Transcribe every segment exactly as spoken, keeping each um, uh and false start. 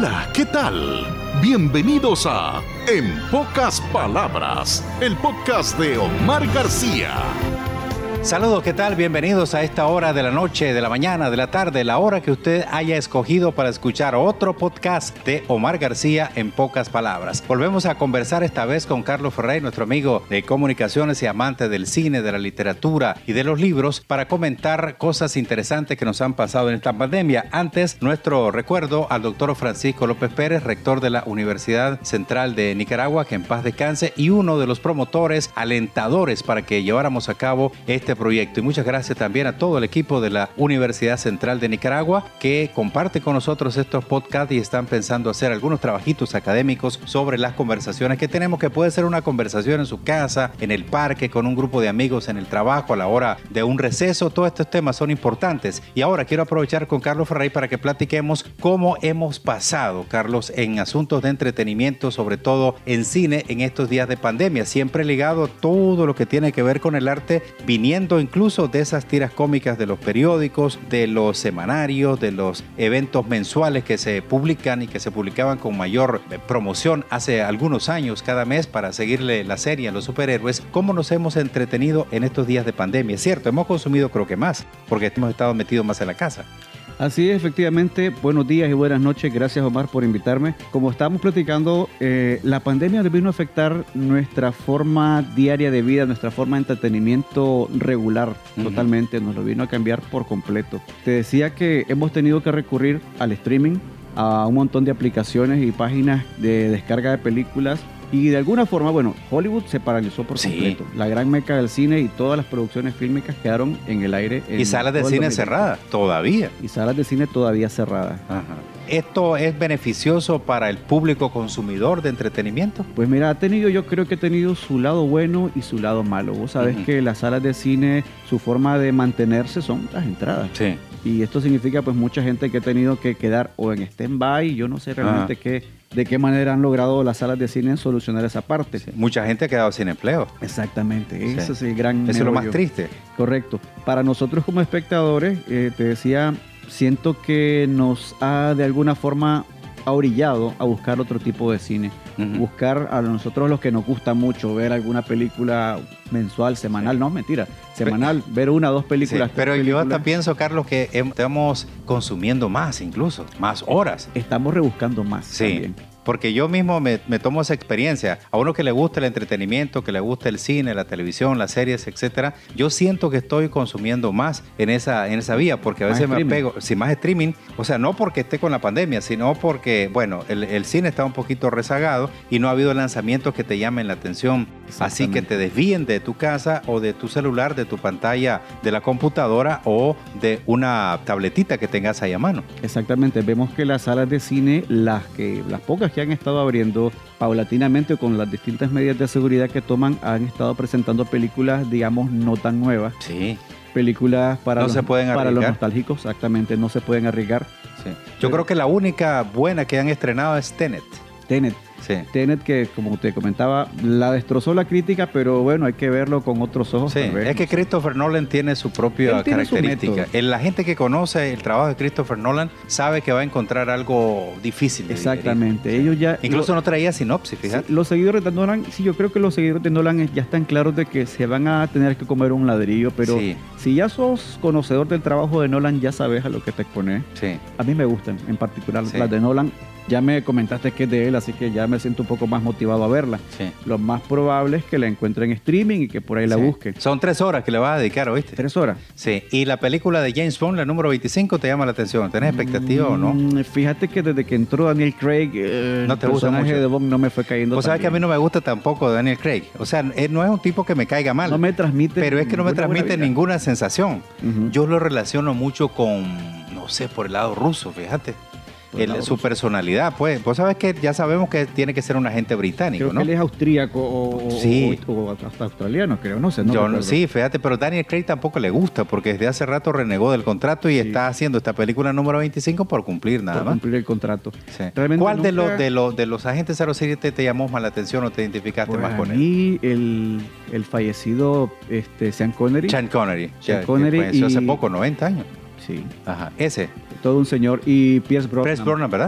Hola, ¿qué tal? Bienvenidos a En Pocas Palabras, el podcast de Omar García. Saludos, ¿qué tal? Bienvenidos a esta hora de la noche, de la mañana, de la tarde, la hora que usted haya escogido para escuchar otro podcast de Omar García en Pocas Palabras. Volvemos a conversar esta vez con Carlos Ferrer, nuestro amigo de comunicaciones y amante del cine, de la literatura y de los libros, para comentar cosas interesantes que nos han pasado en esta pandemia. Antes, nuestro recuerdo al doctor Francisco López Pérez, rector de la Universidad Central de Nicaragua, que en paz descanse, y uno de los promotores, alentadores para que lleváramos a cabo este proyecto. Y muchas gracias también a todo el equipo de la Universidad Central de Nicaragua que comparte con nosotros estos podcasts y están pensando hacer algunos trabajitos académicos sobre las conversaciones que tenemos, que puede ser una conversación en su casa, en el parque, con un grupo de amigos, en el trabajo, a la hora de un receso. Todos estos temas son importantes. Y ahora quiero aprovechar con Carlos Ferrer para que platiquemos cómo hemos pasado, Carlos, en asuntos de entretenimiento, sobre todo en cine, en estos días de pandemia, siempre ligado a todo lo que tiene que ver con el arte, viniendo incluso de esas tiras cómicas de los periódicos, de los semanarios, de los eventos mensuales que se publican y que se publicaban con mayor promoción hace algunos años cada mes para seguirle la serie a los superhéroes. ¿Cómo nos hemos entretenido en estos días de pandemia? Es cierto, hemos consumido creo que más, porque hemos estado metidos más en la casa. Así es, efectivamente. Buenos días y buenas noches. Gracias, Omar, por invitarme. Como estábamos platicando, eh, la pandemia vino a afectar nuestra forma diaria de vida, nuestra forma de entretenimiento regular, uh-huh. Totalmente. Nos lo vino a cambiar por completo. Te decía que hemos tenido que recurrir al streaming, a un montón de aplicaciones y páginas de descarga de películas. Y de alguna forma, bueno, Hollywood se paralizó por completo. Sí. La gran meca del cine y todas las producciones fílmicas quedaron en el aire. En y salas de cine cerradas, todavía. Y salas de cine todavía cerradas. Ajá. ¿Esto es beneficioso para el público consumidor de entretenimiento? Pues mira, ha tenido, yo creo que ha tenido su lado bueno y su lado malo. Vos sabés uh-huh. que las salas de cine, su forma de mantenerse son las entradas. Sí. Y esto significa pues mucha gente que ha tenido que quedar o en stand-by, yo no sé realmente uh-huh. qué... de qué manera han logrado las salas de cine solucionar esa parte. Sí, mucha gente ha quedado sin empleo. Exactamente, sí. Ese es el gran... Eso es lo más triste. Correcto. Para nosotros como espectadores, eh, te decía, siento que nos ha de alguna forma orillado a buscar otro tipo de cine. Uh-huh. Buscar a nosotros los que nos gusta mucho ver alguna película mensual, semanal, sí. no, mentira, semanal, ver una o dos películas. Sí, pero películas. Yo hasta pienso, Carlos, que estamos consumiendo más incluso, más horas. Estamos rebuscando más sí. también. Porque yo mismo me, me tomo esa experiencia. A uno que le gusta el entretenimiento, que le gusta el cine, la televisión, las series, etcétera, yo siento que estoy consumiendo más en esa, en esa vía, porque a veces me apego, sí, más streaming, o sea, no porque esté con la pandemia, sino porque, bueno, el, el cine está un poquito rezagado y no ha habido lanzamientos que te llamen la atención, así que te desvíen de tu casa o de tu celular, de tu pantalla, de la computadora o de una tabletita que tengas ahí a mano. Exactamente, vemos que las salas de cine, las que las pocas que han estado abriendo paulatinamente con las distintas medidas de seguridad que toman, han estado presentando películas, digamos, no tan nuevas. Sí. Películas para, no los, se pueden para los nostálgicos, exactamente, no se pueden arriesgar. Sí. Yo Pero, creo que la única buena que han estrenado es Tenet. Tenet. Sí. Tenet, que como te comentaba, la destrozó la crítica, pero bueno, hay que verlo con otros ojos. Sí, es que Christopher Nolan tiene su propia tiene característica. Su la gente que conoce el trabajo de Christopher Nolan sabe que va a encontrar algo difícil de Exactamente. digerir. Ellos ya, Incluso lo, no traía sinopsis, fíjate. Sí, los seguidores de Nolan, sí, yo creo que los seguidores de Nolan ya están claros de que se van a tener que comer un ladrillo, pero sí. si ya sos conocedor del trabajo de Nolan, ya sabes a lo que te expones. Sí. A mí me gustan, en particular sí. las de Nolan. Ya me comentaste que es de él, así que ya me siento un poco más motivado a verla. Sí. Lo más probable es que la encuentre en streaming y que por ahí la sí. busque. Son tres horas que le vas a dedicar, ¿oíste? ¿Tres horas? Sí. ¿Y la película de James Bond, la número veinticinco, te llama la atención? ¿Tenés expectativa mm, o no? Fíjate que desde que entró Daniel Craig, eh, no te el gusta personaje mucho. de Bond no me fue cayendo. Vos sabés que a mí no me gusta tampoco Daniel Craig. O sea, él no es un tipo que me caiga mal. No me transmite. Pero es que no me transmite ninguna sensación. Uh-huh. Yo lo relaciono mucho con, no sé, por el lado ruso, fíjate. El, su personalidad, pues. Vos sabés que ya sabemos que tiene que ser un agente británico, creo ¿no? Que él es austríaco o, sí. o, o hasta australiano, creo, no sé. No Yo, sí, fíjate, pero Daniel Craig tampoco le gusta porque desde hace rato renegó del contrato y sí. está haciendo esta película número veinticinco por cumplir nada por más. cumplir el contrato. Sí. ¿Cuál nunca... de, los, de, los, de los agentes cero siete te llamó más la atención o te identificaste pues más con él? Y el, el fallecido este, Sean Connery. Sean Connery. Sean ya, Connery que falleció y... hace poco, noventa años. Sí. Ajá, ese. Todo un señor. Y Pierce Brosnan. Pierce Brosnan, ¿verdad?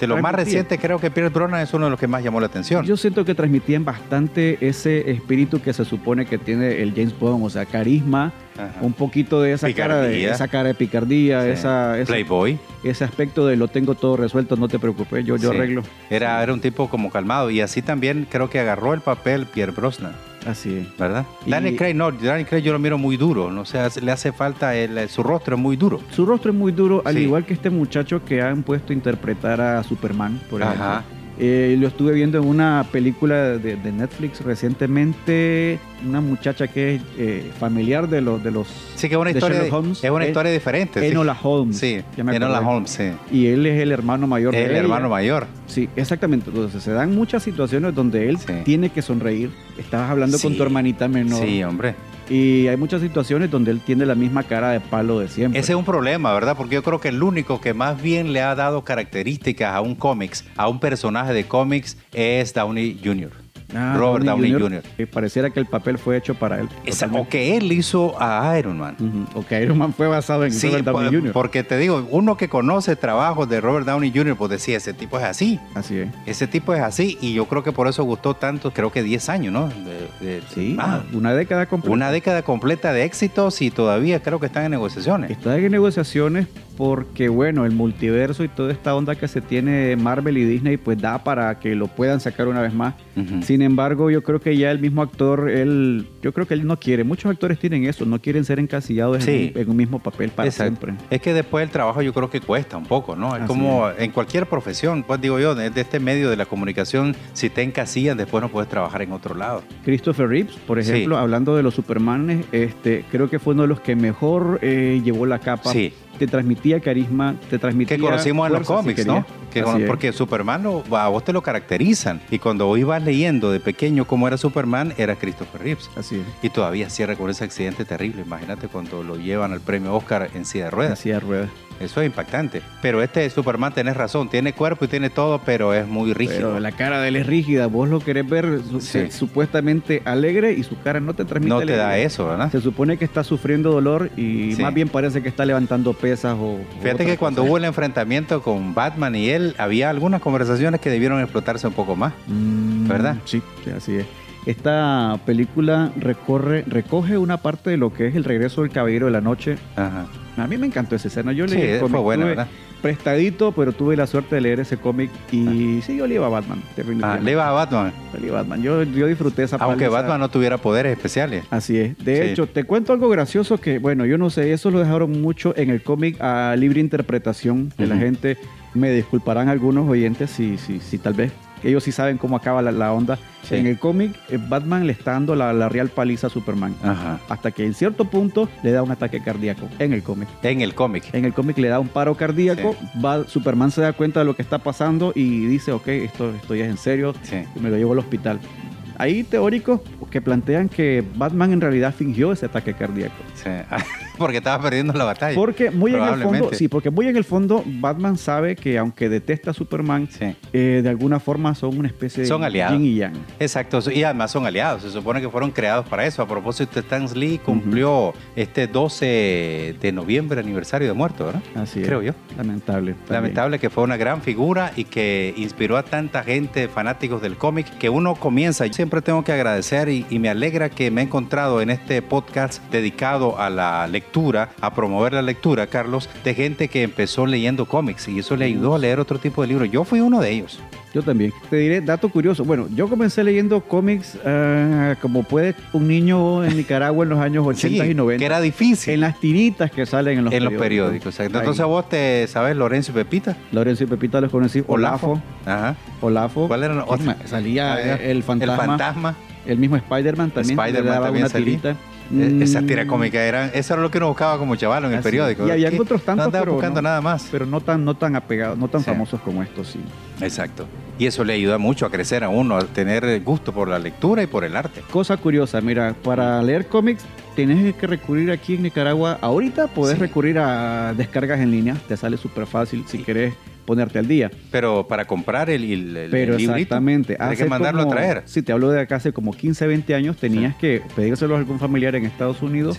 De los más recientes, creo que Pierce Brosnan es uno de los que más llamó la atención. Yo siento que transmitían bastante ese espíritu que se supone que tiene el James Bond, o sea, carisma, ajá, un poquito de esa cara de, esa cara de picardía, sí, esa, esa, Playboy. Ese aspecto de lo tengo todo resuelto, no te preocupes, yo, yo sí, arreglo. Era, sí. era un tipo como calmado y así también creo que agarró el papel Pierce Brosnan. Así es. ¿Verdad? Y Daniel Craig no, Daniel Craig yo lo miro muy duro, no sé, le hace falta, el, su rostro es muy duro. Su rostro es muy duro, al sí. igual que este muchacho que han puesto a interpretar a Superman, por ejemplo. Ajá. Eh, lo estuve viendo en una película de, de Netflix recientemente, una muchacha que es eh, familiar de los de los sí que es una historia de, Holmes, es una es, historia diferente. Enola sí. Holmes. Sí, Enola Holmes, sí. Y él es el hermano mayor es de el ella. hermano mayor. Sí, exactamente. Entonces se dan muchas situaciones donde él sí. tiene que sonreír. Estabas hablando sí. con tu hermanita menor. Sí, hombre. Y hay muchas situaciones donde él tiene la misma cara de palo de siempre. Ese es un problema, ¿verdad? Porque yo creo que el único que más bien le ha dado características a un cómics, a un personaje de cómics, es Downey junior Ah, Robert Downey, Downey junior Que pareciera que el papel fue hecho para él. Esa, o que él hizo a Iron Man. Uh-huh. O que Iron Man fue basado en sí, Robert Downey por, junior Porque te digo, uno que conoce trabajos de Robert Downey junior, pues decía, ese tipo es así. Así es. Ese tipo es así y yo creo que por eso gustó tanto, creo que diez años, ¿no? De, de, sí, ah, una década completa. Una década completa de éxitos y todavía creo que están en negociaciones. Están en negociaciones porque, bueno, el multiverso y toda esta onda que se tiene Marvel y Disney, pues da para que lo puedan sacar una vez más. Uh-huh. Sin embargo, yo creo que ya el mismo actor, él, yo creo que él no quiere. Muchos actores tienen eso, no quieren ser encasillados sí. en, en un mismo papel para Exacto. siempre. Es que después el trabajo yo creo que cuesta un poco, ¿no? Es Así como es. En cualquier profesión, pues digo yo, desde este medio de la comunicación, si te encasillan, después no puedes trabajar en otro lado. Christopher Reeves, por ejemplo, sí. hablando de los Supermanes, este, creo que fue uno de los que mejor eh, llevó la capa. Sí. Te transmitía carisma, te transmitía... Que conocimos en los cómics, si ¿no? Que con, porque Superman lo, a vos te lo caracterizan. Y cuando vos ibas leyendo de pequeño cómo era Superman, era Christopher Reeves. Así es. Y todavía cierra con ese accidente terrible. Imagínate cuando lo llevan al premio Oscar en silla de ruedas. En silla de ruedas. Eso es impactante. Pero este Superman, tenés razón, tiene cuerpo y tiene todo, pero es muy rígido. Pero la cara de él es rígida. Vos lo querés ver sí. supuestamente alegre y su cara no te transmite No te alegría. da eso, ¿verdad? Se supone que está sufriendo dolor y sí. más bien parece que está levantando pesas o... Fíjate o que cuando cosa. hubo el enfrentamiento con Batman y él, había algunas conversaciones que debieron explotarse un poco más, mm, ¿verdad? Sí, sí, así es. Esta película recorre, recoge una parte de lo que es el regreso del Caballero de la Noche. Ajá. A mí me encantó esa escena. Yo leí sí, el cómic, fue buena, tuve ¿verdad? Prestadito, pero tuve la suerte de leer ese cómic y ah. sí, yo le iba a Batman. Ah, le iba a Batman. Le iba a Batman. Yo, yo disfruté esa Aunque paliza. Batman no tuviera poderes especiales. Así es. De sí. hecho, te cuento algo gracioso que, bueno, yo no sé, eso lo dejaron mucho en el cómic a libre interpretación de uh-huh. la gente. Me disculparán algunos oyentes si, si, si tal vez ellos sí saben cómo acaba la, la onda. Sí. En el cómic, Batman le está dando la, la real paliza a Superman. Ajá. Hasta que en cierto punto le da un ataque cardíaco. En el cómic. En el cómic. En el cómic le da un paro cardíaco. Sí. Va, Superman se da cuenta de lo que está pasando y dice, ok, esto, esto ya es en serio. Sí. Y me lo llevo al hospital. Hay teóricos que plantean que Batman en realidad fingió ese ataque cardíaco. Sí. Porque estaba perdiendo la batalla. Porque muy en el fondo, sí, porque muy en el fondo Batman sabe que aunque detesta a Superman, sí. eh, de alguna forma son una especie son de aliados. yin y yang. Exacto, y además son aliados. Se supone que fueron creados para eso. A propósito, Stan Lee cumplió uh-huh. este doce de noviembre aniversario de muerto, ¿verdad? Así es. Creo yo. Lamentable. También. Lamentable que fue una gran figura y que inspiró a tanta gente, fanáticos del cómic, que uno comienza. Yo siempre tengo que agradecer y, y me alegra que me he encontrado en este podcast dedicado a la lectura, a promover la lectura, Carlos, de gente que empezó leyendo cómics y eso le ayudó a leer otro tipo de libros. Yo fui uno de ellos. Yo también. Te diré, dato curioso. Bueno, yo comencé leyendo cómics uh, como puede un niño en Nicaragua en los años ochenta sí, y noventa. Que era difícil. En las tiritas que salen en los en periódicos. En los periódicos, exacto. Entonces Ahí. vos te sabes Lorenzo y Pepita. Lorenzo y Pepita los conocí. Olafo. Ajá. Olafo. ¿Cuál era? Otra? Salía ah, el fantasma. El fantasma. El mismo Spider-Man también. Spider-Man le daba también una salía. tirita. Esa tira cómica era, eso era lo que uno buscaba como chaval en el Así. periódico. Y había otros tantos, no andaba pero buscando no, nada más. Pero no tan, no tan apegados, no tan sí. famosos como estos, sí. Exacto. Y eso le ayuda mucho a crecer a uno, a tener gusto por la lectura y por el arte. Cosa curiosa, mira, para leer cómics tienes que recurrir aquí en Nicaragua. Ahorita podés sí. recurrir a descargas en línea, te sale súper fácil si sí. querés ponerte al día. Pero para comprar el, el, el Pero librito, exactamente. tienes que mandarlo como, a traer. Sí, te hablo de acá hace como quince, veinte años, tenías sí. que pedírselo a algún familiar en Estados Unidos. Sí.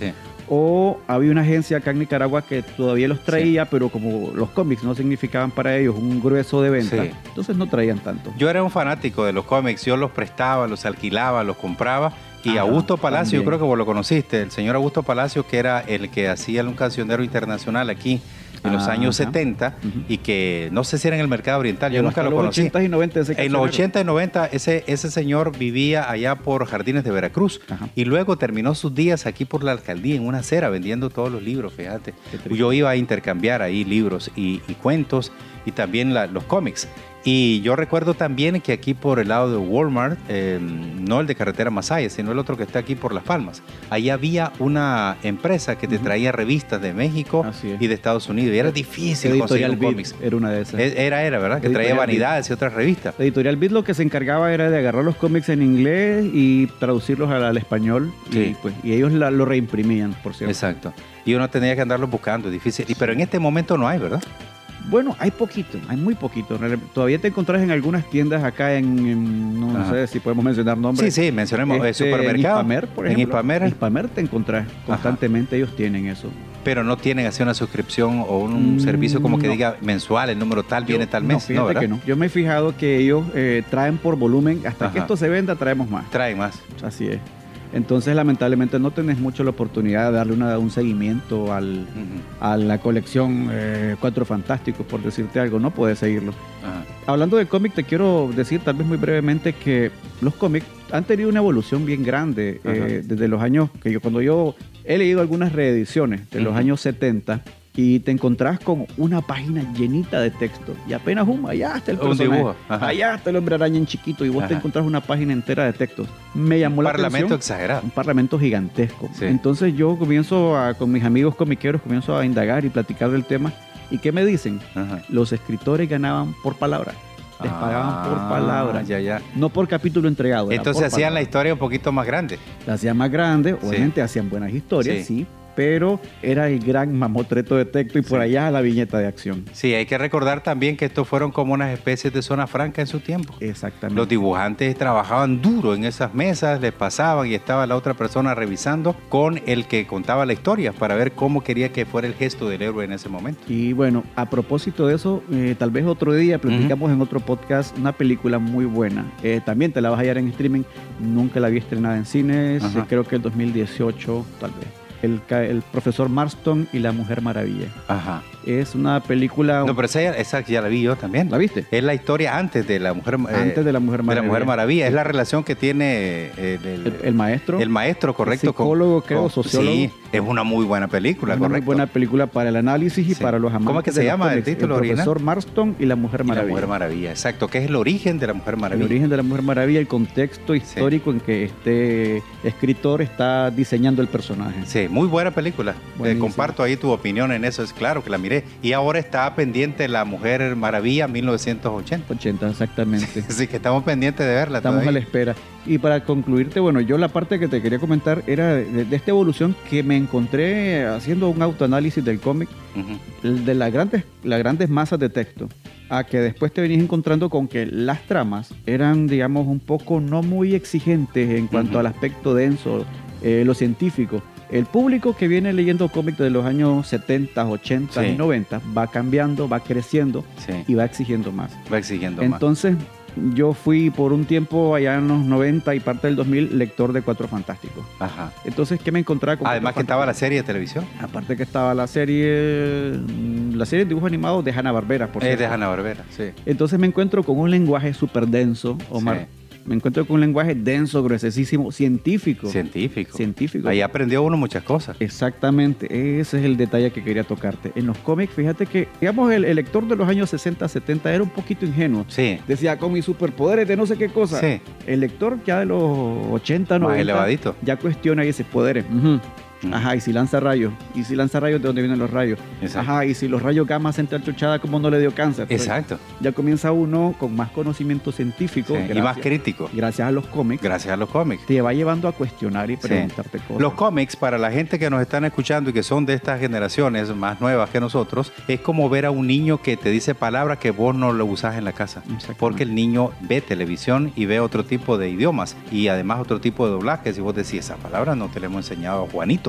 o había una agencia acá en Nicaragua que todavía los traía, sí. pero como los cómics no significaban para ellos un grueso de venta, sí. entonces no traían tanto. Yo era un fanático de los cómics, yo los prestaba, los alquilaba, los compraba. Y Ajá, Augusto Palacio, también. Yo creo que vos lo conociste, el señor Augusto Palacio, que era el que hacía un cancionero internacional aquí en los Ajá. años setenta, uh-huh. y que no sé si era en el mercado oriental, yo nunca lo conocí. En los ochenta y noventa ese En los ochenta y noventa ese, ese señor vivía allá por Jardines de Veracruz, Ajá. y luego terminó sus días aquí por la alcaldía, en una acera, vendiendo todos los libros, fíjate. Yo iba a intercambiar ahí libros y, y cuentos, y también la, los cómics. Y yo recuerdo también que aquí por el lado de Walmart, eh, no el de Carretera Masaya, sino el otro que está aquí por Las Palmas, ahí había una empresa que te traía revistas de México y de Estados Unidos. Y era difícil Editorial conseguir un cómics. Era una de esas. Era, era, ¿verdad? Que Editorial traía Vanidades Beat. Y otras revistas. La Editorial Beat lo que se encargaba era de agarrar los cómics en inglés y traducirlos al, al español. Sí. Y, pues, y ellos la, lo reimprimían, por cierto. Exacto. Y uno tenía que andarlos buscando, difícil. Y, pero en este momento no hay, ¿verdad? Bueno, hay poquito, hay muy poquito. Todavía te encontrás en algunas tiendas acá en, en no Ajá. sé si podemos mencionar nombres. Sí, sí, mencionemos el este, supermercado. En Hispamer, por ejemplo. En Hispamer. En Hispamer te encontrás constantemente, Ajá. ellos tienen eso. Pero no tienen así una suscripción o un mm, servicio como que no. diga mensual, el número tal, Yo, viene tal mes. No, fíjate no, que no. Yo me he fijado que ellos eh, traen por volumen, hasta Ajá. que esto se venda, traemos más. Traen más. Así es. Entonces, lamentablemente, no tenés mucho la oportunidad de darle una, un seguimiento al, uh-huh. a la colección eh, Cuatro Fantásticos, por decirte algo. No puedes seguirlo. Uh-huh. Hablando de cómic, te quiero decir tal vez muy brevemente que los cómics han tenido una evolución bien grande uh-huh. eh, desde los años que yo, cuando yo he leído algunas reediciones de uh-huh. los años setenta, y te encontrás con una página llenita de texto y apenas un, allá está el personaje, un dibujo. Allá está el hombre araña en chiquito y vos Ajá. te encontrás una página entera de textos. Me llamó un la atención. Un parlamento exagerado. Un parlamento gigantesco. Sí. Entonces yo comienzo a, con mis amigos comiqueros, comienzo a indagar y platicar del tema. ¿Y qué me dicen? Ajá. Los escritores ganaban por palabra. Les pagaban ah, por palabra, ya, ya. no por capítulo entregado. Entonces hacían palabra. La historia un poquito más grande. La hacían más grande, obviamente sí. hacían buenas historias, sí. sí pero era el gran mamotreto de texto y por sí. allá la viñeta de acción. Sí, hay que recordar también que estos fueron como unas especies de zona franca en su tiempo. Exactamente. Los dibujantes trabajaban duro en esas mesas, les pasaban y estaba la otra persona revisando con el que contaba la historia para ver cómo quería que fuera el gesto del héroe en ese momento. Y bueno, a propósito de eso, eh, tal vez otro día platicamos uh-huh. en otro podcast una película muy buena. Eh, también te la vas a hallar en streaming. Nunca la vi estrenada en cines, uh-huh. eh, creo que el dos mil dieciocho tal vez. El, el profesor Marston y la Mujer Maravilla. Ajá. Es una película... No, pero esa, esa ya la vi yo también. ¿La viste? Es la historia antes de la Mujer Maravilla. Antes eh, de la Mujer Maravilla. De la Mujer Maravilla. Es la relación que tiene el, el, el, el maestro. El maestro, correcto. El psicólogo, con, creo, con, sociólogo. Sí, es una muy buena película, una correcto. Una muy buena película para el análisis y sí. para los amantes. ¿Cómo es que se llama el título original? El profesor Marston y la Mujer Maravilla. Y la Mujer Maravilla, exacto. Que es el origen de la Mujer Maravilla. El origen de la Mujer Maravilla, el contexto histórico sí. en que este escritor está diseñando el personaje. Sí, muy buena película. Eh, comparto ahí tu opinión en eso, es claro que la miré. Y ahora está pendiente La Mujer Maravilla mil novecientos ochenta. ochenta, exactamente. Sí, que estamos pendientes de verla. Estamos todavía. a la espera. Y para concluirte, bueno, yo la parte que te quería comentar era de, de esta evolución que me encontré haciendo un autoanálisis del cómic, uh-huh. de las grandes, las grandes masas de texto, a que después te venís encontrando con que las tramas eran, digamos, un poco no muy exigentes en cuanto uh-huh. al aspecto denso, eh, lo científico. El público que viene leyendo cómics de los años setenta, ochenta sí. y noventa va cambiando, va creciendo sí. y va exigiendo más. Va exigiendo Entonces, más. Entonces, yo fui por un tiempo allá en los noventa y parte del dos mil lector de Cuatro Fantásticos. Ajá. Entonces, ¿qué me encontraba con Además que estaba la serie de televisión. Aparte que estaba la serie, la serie de dibujos animados de Hanna-Barbera, por cierto. Es de Hanna-Barbera, sí. Entonces me encuentro con un lenguaje súper denso, Omar. Sí. Me encuentro con un lenguaje denso, gruesísimo, científico. Científico. Científico. Ahí aprendió uno muchas cosas. Exactamente. Ese es el detalle que quería tocarte. En los cómics, fíjate que, digamos, el, el lector de los años sesenta, setenta era un poquito ingenuo. Sí. Decía, con mis superpoderes de no sé qué cosa. Sí. El lector ya de los ochenta, noventa. Más elevadito. Ya cuestiona esos poderes. Uh-huh. Ajá, y si lanza rayos, y si lanza rayos, ¿de dónde vienen los rayos? Exacto. Ajá, y si los rayos gamma se entrochada, ¿cómo no le dio cáncer? Exacto. Ya comienza uno con más conocimiento científico. Sí, gracias, y más crítico. Gracias a los cómics. Gracias a los cómics. Te va llevando a cuestionar y preguntarte sí. cosas. Los cómics, para la gente que nos están escuchando y que son de estas generaciones más nuevas que nosotros, es como ver a un niño que te dice palabras que vos no lo usás en la casa. Porque el niño ve televisión y ve otro tipo de idiomas y además otro tipo de doblajes. Y vos decís, esa palabra no te la hemos enseñado a Juanito.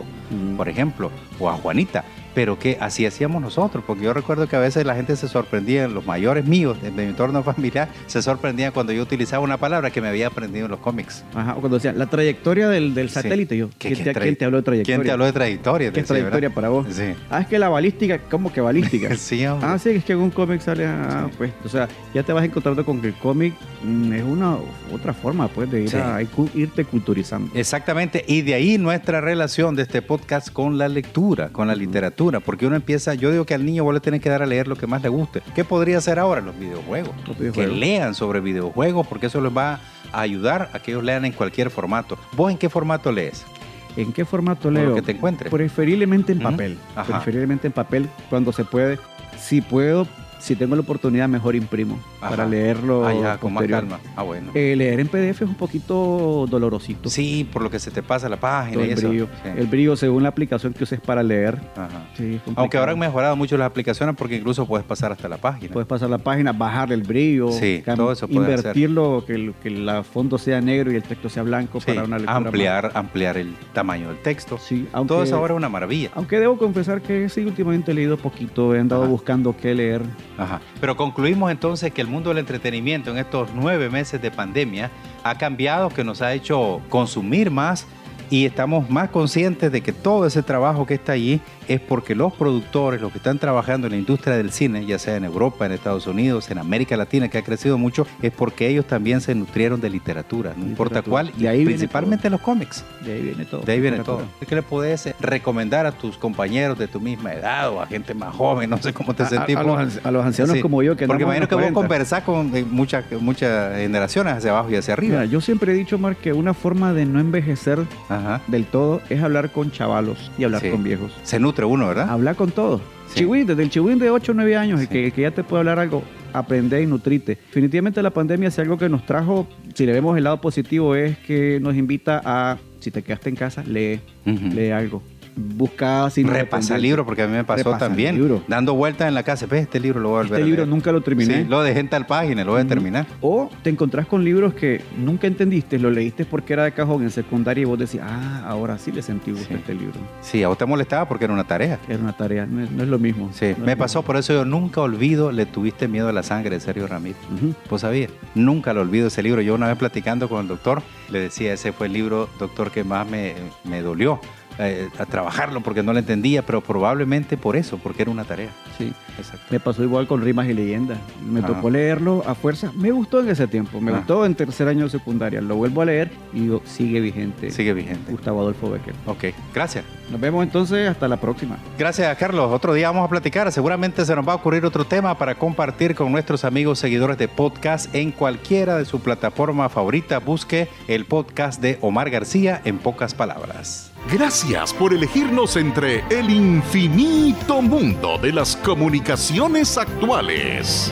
mm. por ejemplo, o a Juanita. Pero que así hacíamos nosotros, porque yo recuerdo que a veces la gente se sorprendía, los mayores míos de mi entorno familiar, se sorprendían cuando yo utilizaba una palabra que me había aprendido en los cómics. Ajá, o cuando decían, la trayectoria del, del satélite, sí. yo, ¿quién, te, ¿quién te habló de trayectoria? ¿Quién te habló de trayectoria? ¿Qué es trayectoria para vos? Sí. Ah, es que la balística, ¿cómo que balística? Sí, hombre. Ah, sí, es que en un cómic sale, ah, sí. pues, o sea, ya te vas encontrando con que el cómic mm, es una otra forma, pues, de ir sí. a, a irte culturizando. Exactamente, y de ahí nuestra relación de este podcast con la lectura, con la literatura, porque uno empieza. Yo digo que al niño vos le tenés que dar a leer lo que más le guste. ¿Qué podría hacer ahora? Los videojuegos. Los videojuegos. Que lean sobre videojuegos, porque eso les va a ayudar a que ellos lean en cualquier formato. ¿Vos en qué formato lees? ¿En qué formato leo? Lo que te encuentres. Preferiblemente en papel. Uh-huh. Ajá. Preferiblemente en papel cuando se puede. Si puedo, si tengo la oportunidad, mejor imprimo. Ajá. Para leerlo. Ah, ya, con más calma. Ah, bueno. Eh, leer en P D F es un poquito dolorosito. Sí, por lo que se te pasa la página y el eso. Brillo. Sí. El brillo según la aplicación que uses para leer. Ajá. Sí, aunque ahora han mejorado mucho las aplicaciones porque incluso puedes pasar hasta la página. Puedes pasar la página, bajar el brillo. Sí, cam- todo eso puede invertirlo, hacer. Que el, que el fondo sea negro y el texto sea blanco sí, para una lectura ampliar, más. ampliar el tamaño del texto. Sí, aunque, todo eso ahora es una maravilla. Aunque debo confesar que sí, últimamente he leído poquito, he andado Ajá. buscando qué leer. Ajá. Pero concluimos entonces que el mundo del entretenimiento en estos nueve meses de pandemia ha cambiado, que nos ha hecho consumir más y estamos más conscientes de que todo ese trabajo que está allí es porque los productores, los que están trabajando en la industria del cine, ya sea en Europa, en Estados Unidos, en América Latina, que ha crecido mucho, es porque ellos también se nutrieron de literatura, no literatura. importa cuál, y ahí principalmente los cómics. De ahí viene todo. De ahí viene todo. ¿Qué le puedes recomendar a tus compañeros de tu misma edad o a gente más joven? No sé cómo te sentís. A, a, los, a los ancianos sí. como yo que porque imagino que vos cuarenta. conversás con muchas muchas generaciones hacia abajo y hacia arriba. Mira, yo siempre he dicho, Mark, que una forma de no envejecer Ajá. del todo es hablar con chavalos y hablar sí. con viejos. Se nutre uno, ¿verdad? Hablar con todo. Sí. Chihuín, desde el chihuín de ocho o nueve años, sí. que, que ya te puede hablar algo, aprender y nutrirte. Definitivamente la pandemia es algo que nos trajo, si le vemos el lado positivo, es que nos invita a, si te quedaste en casa, lee, uh-huh. lee algo. Busca sin repasa libros, porque a mí me pasó repasa también libro. Dando vueltas en la casa, ves, este libro lo voy a volver este a leer. libro nunca lo terminé. Sí, lo dejé en tal página, lo voy a terminar. O te encontrás con libros que nunca entendiste, lo leíste porque era de cajón en secundaria y vos decís, ah, ahora sí le sentí gusto sí. este libro. Sí, a vos te molestaba porque era una tarea. Era una tarea, no es, no es lo mismo. Sí, no me pasó, mismo. Por eso yo nunca olvido Le tuviste miedo a la sangre de Sergio Ramírez. Uh-huh. ¿Vos sabías? Nunca lo olvido ese libro. Yo una vez platicando con el doctor, le decía, ese fue el libro, doctor, que más me, me dolió. Eh, a trabajarlo porque no lo entendía, pero probablemente por eso, porque era una tarea. Sí, exacto. Me pasó igual con Rimas y Leyendas. Me Ajá. tocó leerlo a fuerza. Me gustó en ese tiempo, me Ajá. gustó en tercer año de secundaria. Lo vuelvo a leer y digo, sigue vigente. Sigue vigente. Gustavo Adolfo Bécquer. Ok, gracias. Nos vemos entonces, hasta la próxima. Gracias, Carlos. Otro día vamos a platicar. Seguramente se nos va a ocurrir otro tema para compartir con nuestros amigos seguidores de podcast en cualquiera de su plataforma favorita. Busque el podcast de Omar García en pocas palabras. Gracias por elegirnos entre el infinito mundo de las comunicaciones actuales.